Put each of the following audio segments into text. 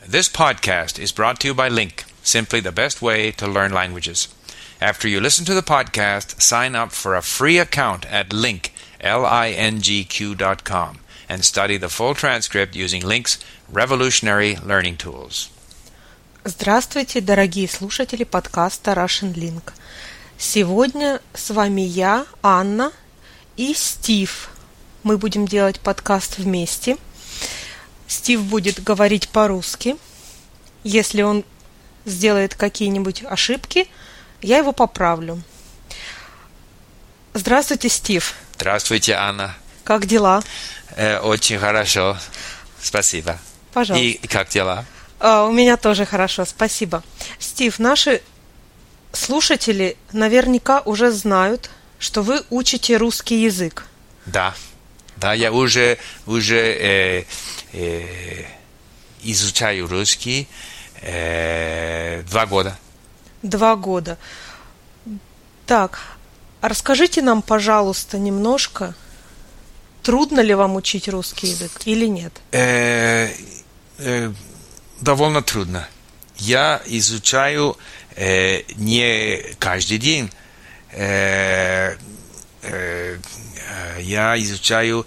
This podcast is brought to you by Link, simply the best way to learn languages. After you listen to the podcast, sign up for a free account at Link, LINGQ.com, and study the full transcript using Link's revolutionary learning tools. Здравствуйте, дорогие слушатели подкаста Russian Link. Сегодня с вами я, Анна и Стив. Мы будем делать подкаст вместе. Стив будет говорить по-русски. Если он сделает какие-нибудь ошибки, я его поправлю. Здравствуйте, Стив. Здравствуйте, Анна. Как дела? Очень хорошо. Спасибо. Пожалуйста. И как дела? У меня тоже хорошо, спасибо. Стив, наши слушатели наверняка уже знают, что вы учите русский язык. Да, я уже изучаю русский 2 года. 2 года. Так, расскажите нам, пожалуйста, немножко, трудно ли вам учить русский язык или нет? Довольно трудно. Я изучаю не каждый день. Я изучаю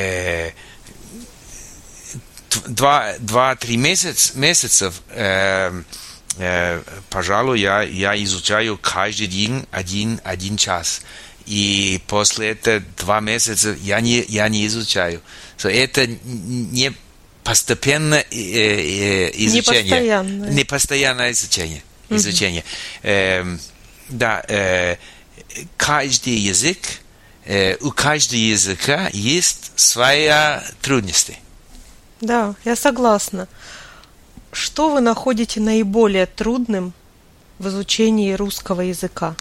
2-3 месяцев. Пожалуй, я изучаю каждый день один час. И после этого 2 месяца я не изучаю. Это не постепенное изучение. Непостоянное изучение. Каждый язык, у каждого языка есть свои трудности. Да, я согласна. Что вы находите наиболее трудным в изучении русского языка?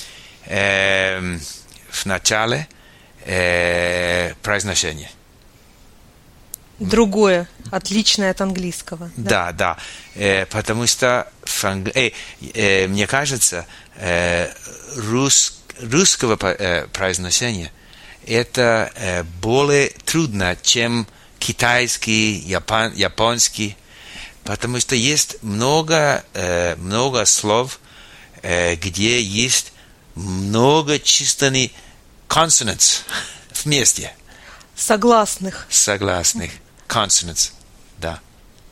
В начале произношение. Другое, отличное от английского. Да. Потому что мне кажется, русского произношения это более трудно, чем китайский, японский, потому что есть много слов, где есть много численных consonants вместе. Согласных. Consonants, да.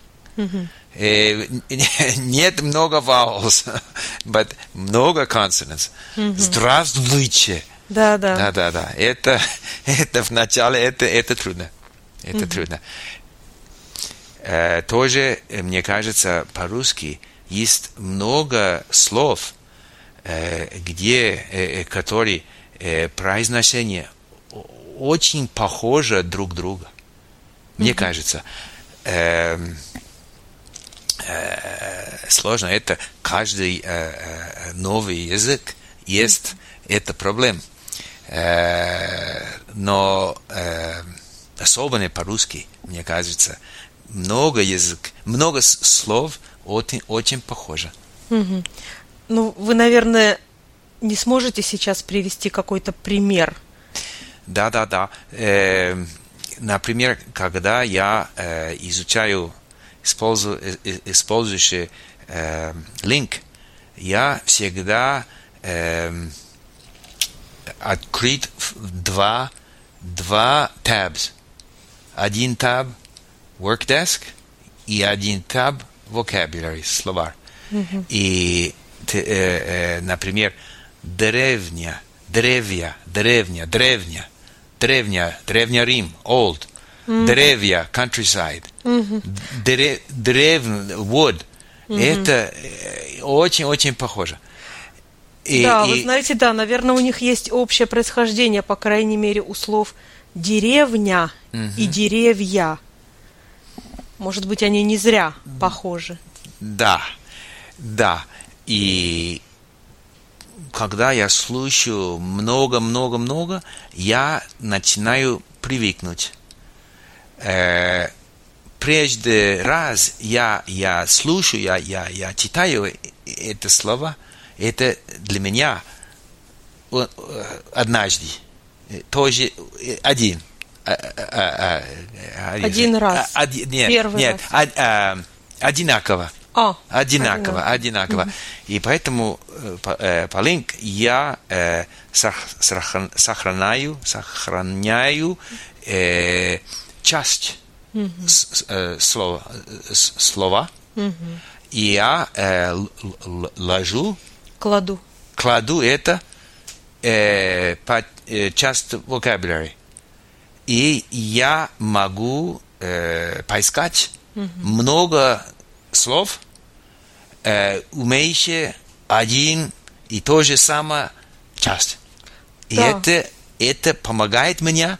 Нет много vowels, but много consonants. Здравствуйте. Да. Это в начале это трудно. Трудно. Тоже, мне кажется, по-русски есть много слов, которые произношение очень похоже друг друга. Мне кажется, сложно. Это каждый новый язык есть эта проблема. Но особенно по-русски, мне кажется, много слов очень похоже. Ну, вы, наверное, не сможете сейчас привести какой-то пример. Да. Например, когда я изучаю использующий Link, я всегда открыт два tabs. Один таб Workdesk и один таб Vocabulary, словарь. И, например, древний Рим, old, древья, countryside, wood. Это очень похоже. Вы знаете, наверное, у них есть общее происхождение, по крайней мере, у слов деревня и деревья. Может быть, они не зря похожи. Да. И когда я слушаю много, я начинаю привыкнуть. Прежде раз я слушаю, я читаю это слово, это для меня однажды, тоже один раз. Нет, Первый нет, раз. одинаково. Одинаково. И поэтому по link я сохраняю часть слова. И я кладу это под часть vocabulary. И я могу поискать много слов, умеющие один и то же самое часть. Да. И это помогает мне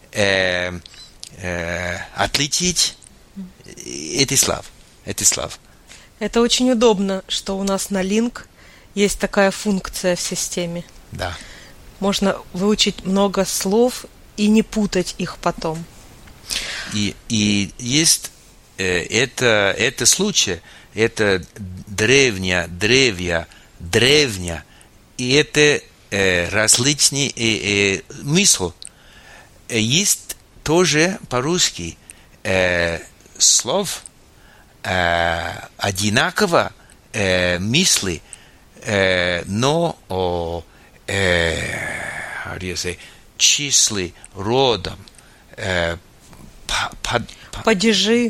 отличить эти слова. Это очень удобно, что у нас на Link есть такая функция в системе. Да. Можно выучить много слов и не путать их потом. И есть это случай, это древняя, и это различный смысл. Есть тоже по-русски слов одинаково мысли, но числы родом, падежи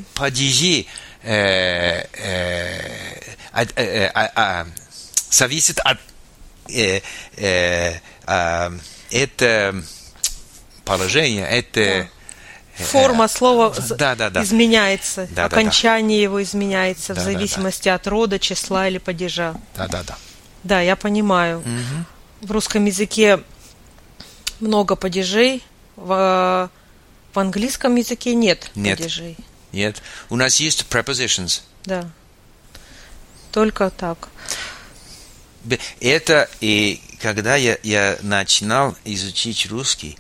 зависит от это положение, это форма слова изменяется, Да, окончание его изменяется в зависимости от рода, числа или падежа. Да. Да, я понимаю. В русском языке много падежей, в английском языке нет падежей. Нет. У нас есть prepositions. Да. Только так. Это и когда я начинал изучить русский,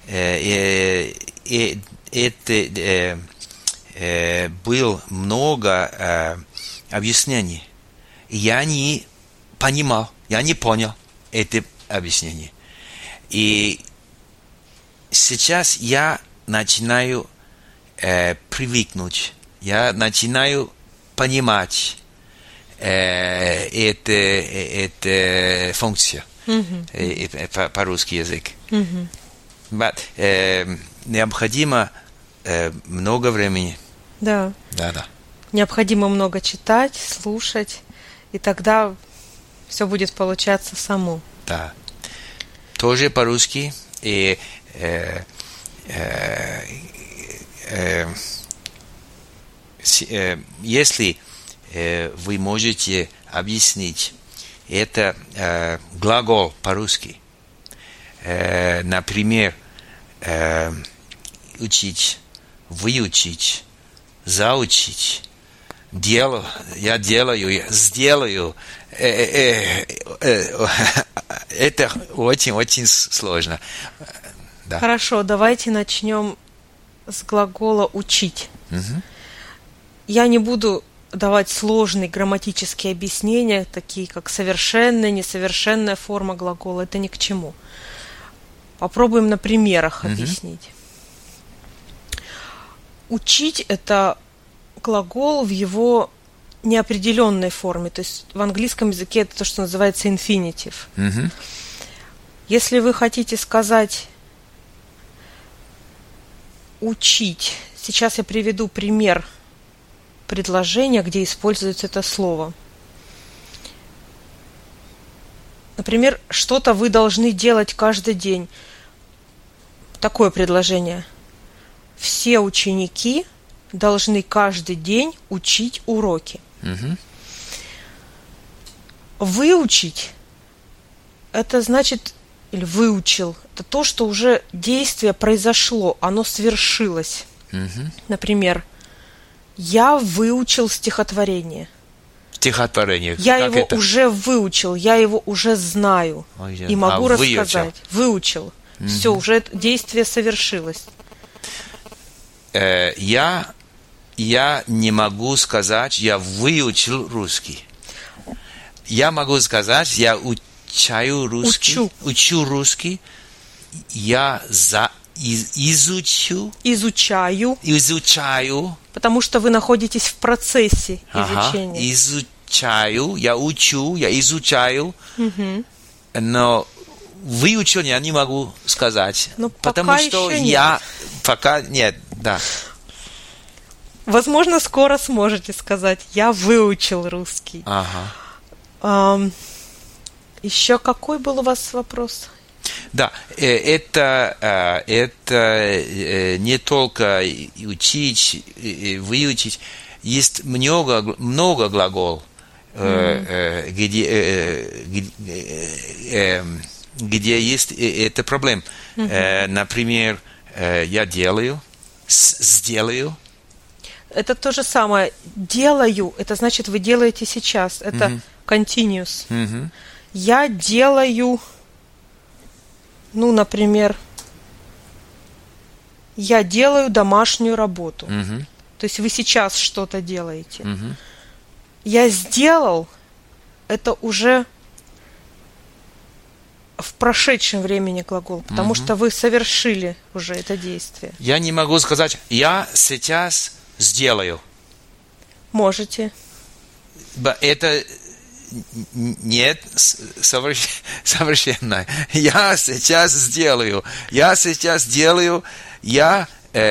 это было много объяснений. Я не понимал, я не понял это объяснение. И сейчас я начинаю привыкнуть, я начинаю понимать это функция по-русски язык. Необходимо много времени. Да. Необходимо много читать, слушать, и тогда все будет получаться само. Да. Тоже по-русски. И если вы можете объяснить, это глагол по-русски. Например, учить, выучить, заучить, я делаю, сделаю. Это очень сложно. Да. Хорошо, давайте начнем с глагола «учить». Я не буду давать сложные грамматические объяснения, такие как совершенная, несовершенная форма глагола. Это ни к чему. Попробуем на примерах объяснить. Учить – это глагол в его неопределенной форме. То есть в английском языке это то, что называется infinitive. Если вы хотите сказать «учить», сейчас я приведу пример предложения, где используется это слово. Например, что-то вы должны делать каждый день. Такое предложение. Все ученики должны каждый день учить уроки. Выучить – это значит, или выучил, это то, что уже действие произошло, оно свершилось. Например, я выучил стихотворение. Я его это? Уже выучил, я его уже знаю и могу рассказать. Выучил. Все, уже действие совершилось. Я не могу сказать, я выучил русский. Я могу сказать, я учу русский. Я Изучаю. Потому что вы находитесь в процессе изучения. Изучаю, я учу, я изучаю. Но выучил я не могу сказать. Потому что я... Пока нет, да. Возможно, скоро сможете сказать: я выучил русский. Еще какой был у вас вопрос? Да, это не только учить, выучить. Есть много глаголов, где есть эта проблема. Например, я делаю, сделаю. Это то же самое. Делаю, это значит, вы делаете сейчас. Это continuous. Я делаю, например, я делаю домашнюю работу. То есть вы сейчас что-то делаете. Я сделал, это уже в прошедшем времени глагол, потому что вы совершили уже это действие. Я не могу сказать: я сейчас сделаю. Можете. Это нет совершенно. Я сейчас сделаю. Я сейчас делаю. Я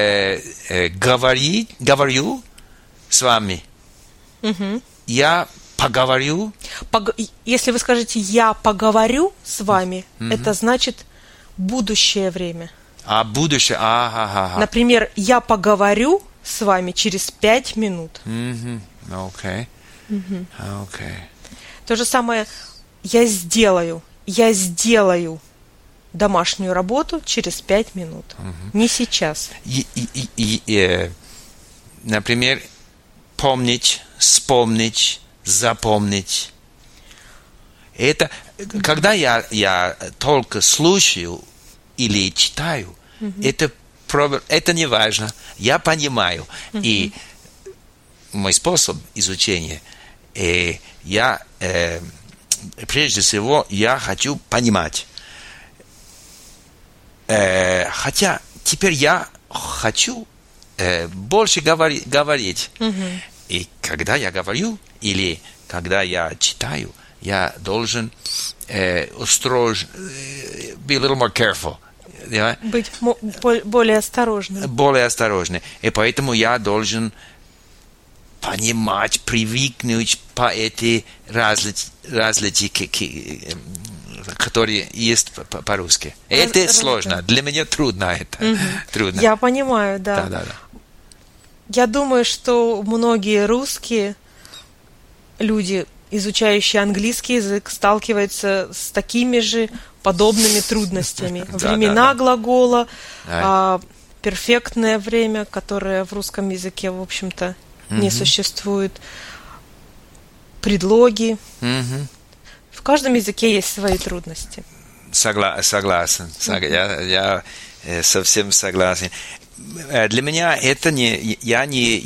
говорю с вами. Я поговорю. Если вы скажете «я поговорю с вами», это значит будущее время. Будущее. Например, «я поговорю с вами через 5 минут». Окей. То же самое я сделаю домашнюю работу через 5 минут. Не сейчас. Например, помнить, вспомнить, запомнить. Это когда я только слушаю или читаю, это не важно. Я понимаю. И мой способ изучения, прежде всего, я хочу понимать. Хотя теперь я хочу больше говорить. И когда я говорю или когда я читаю, я должен be a little more careful. Быть более осторожным. Более осторожным. И поэтому я должен понимать, привыкнуть по эти различия, которые есть по-русски. Это сложно. Для меня трудно это. Трудно. Я понимаю, да. Да. Я думаю, что многие русские люди, изучающие английский язык, сталкиваются с такими же подобными трудностями. Времена глагола, перфектное время, которое в русском языке, в общем-то, не существует, предлоги. В каждом языке есть свои трудности. Согласен. Я совсем согласен. Для меня это я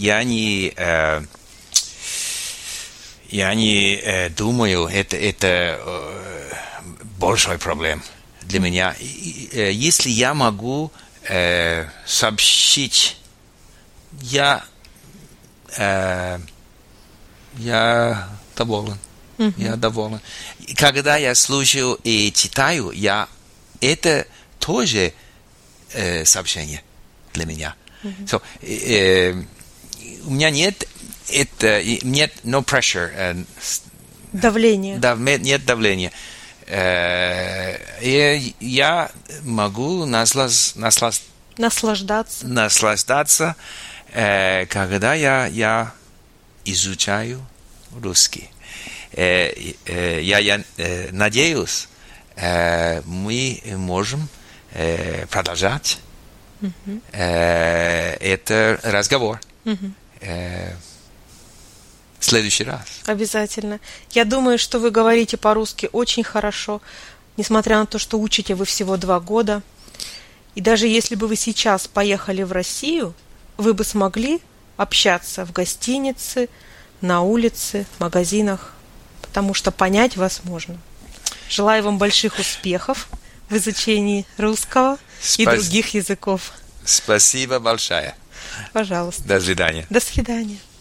не думаю, это большой проблем для меня. Если я могу сообщить, я доволен. Я доволен. Когда я слушаю и читаю, это тоже сообщение для меня. So, у меня нет no pressure. Давление. Нет давления. И я могу наслаждаться, когда я изучаю русский. Я надеюсь, мы можем продолжать этот разговор в следующий раз. Обязательно. Я думаю, что вы говорите по-русски очень хорошо, несмотря на то, что учите вы всего 2 года. И даже если бы вы сейчас поехали в Россию, вы бы смогли общаться в гостинице, на улице, в магазинах, потому что понять вас можно. Желаю вам больших успехов в изучении русского. и других языков. Спасибо большое. Пожалуйста. До свидания. До свидания.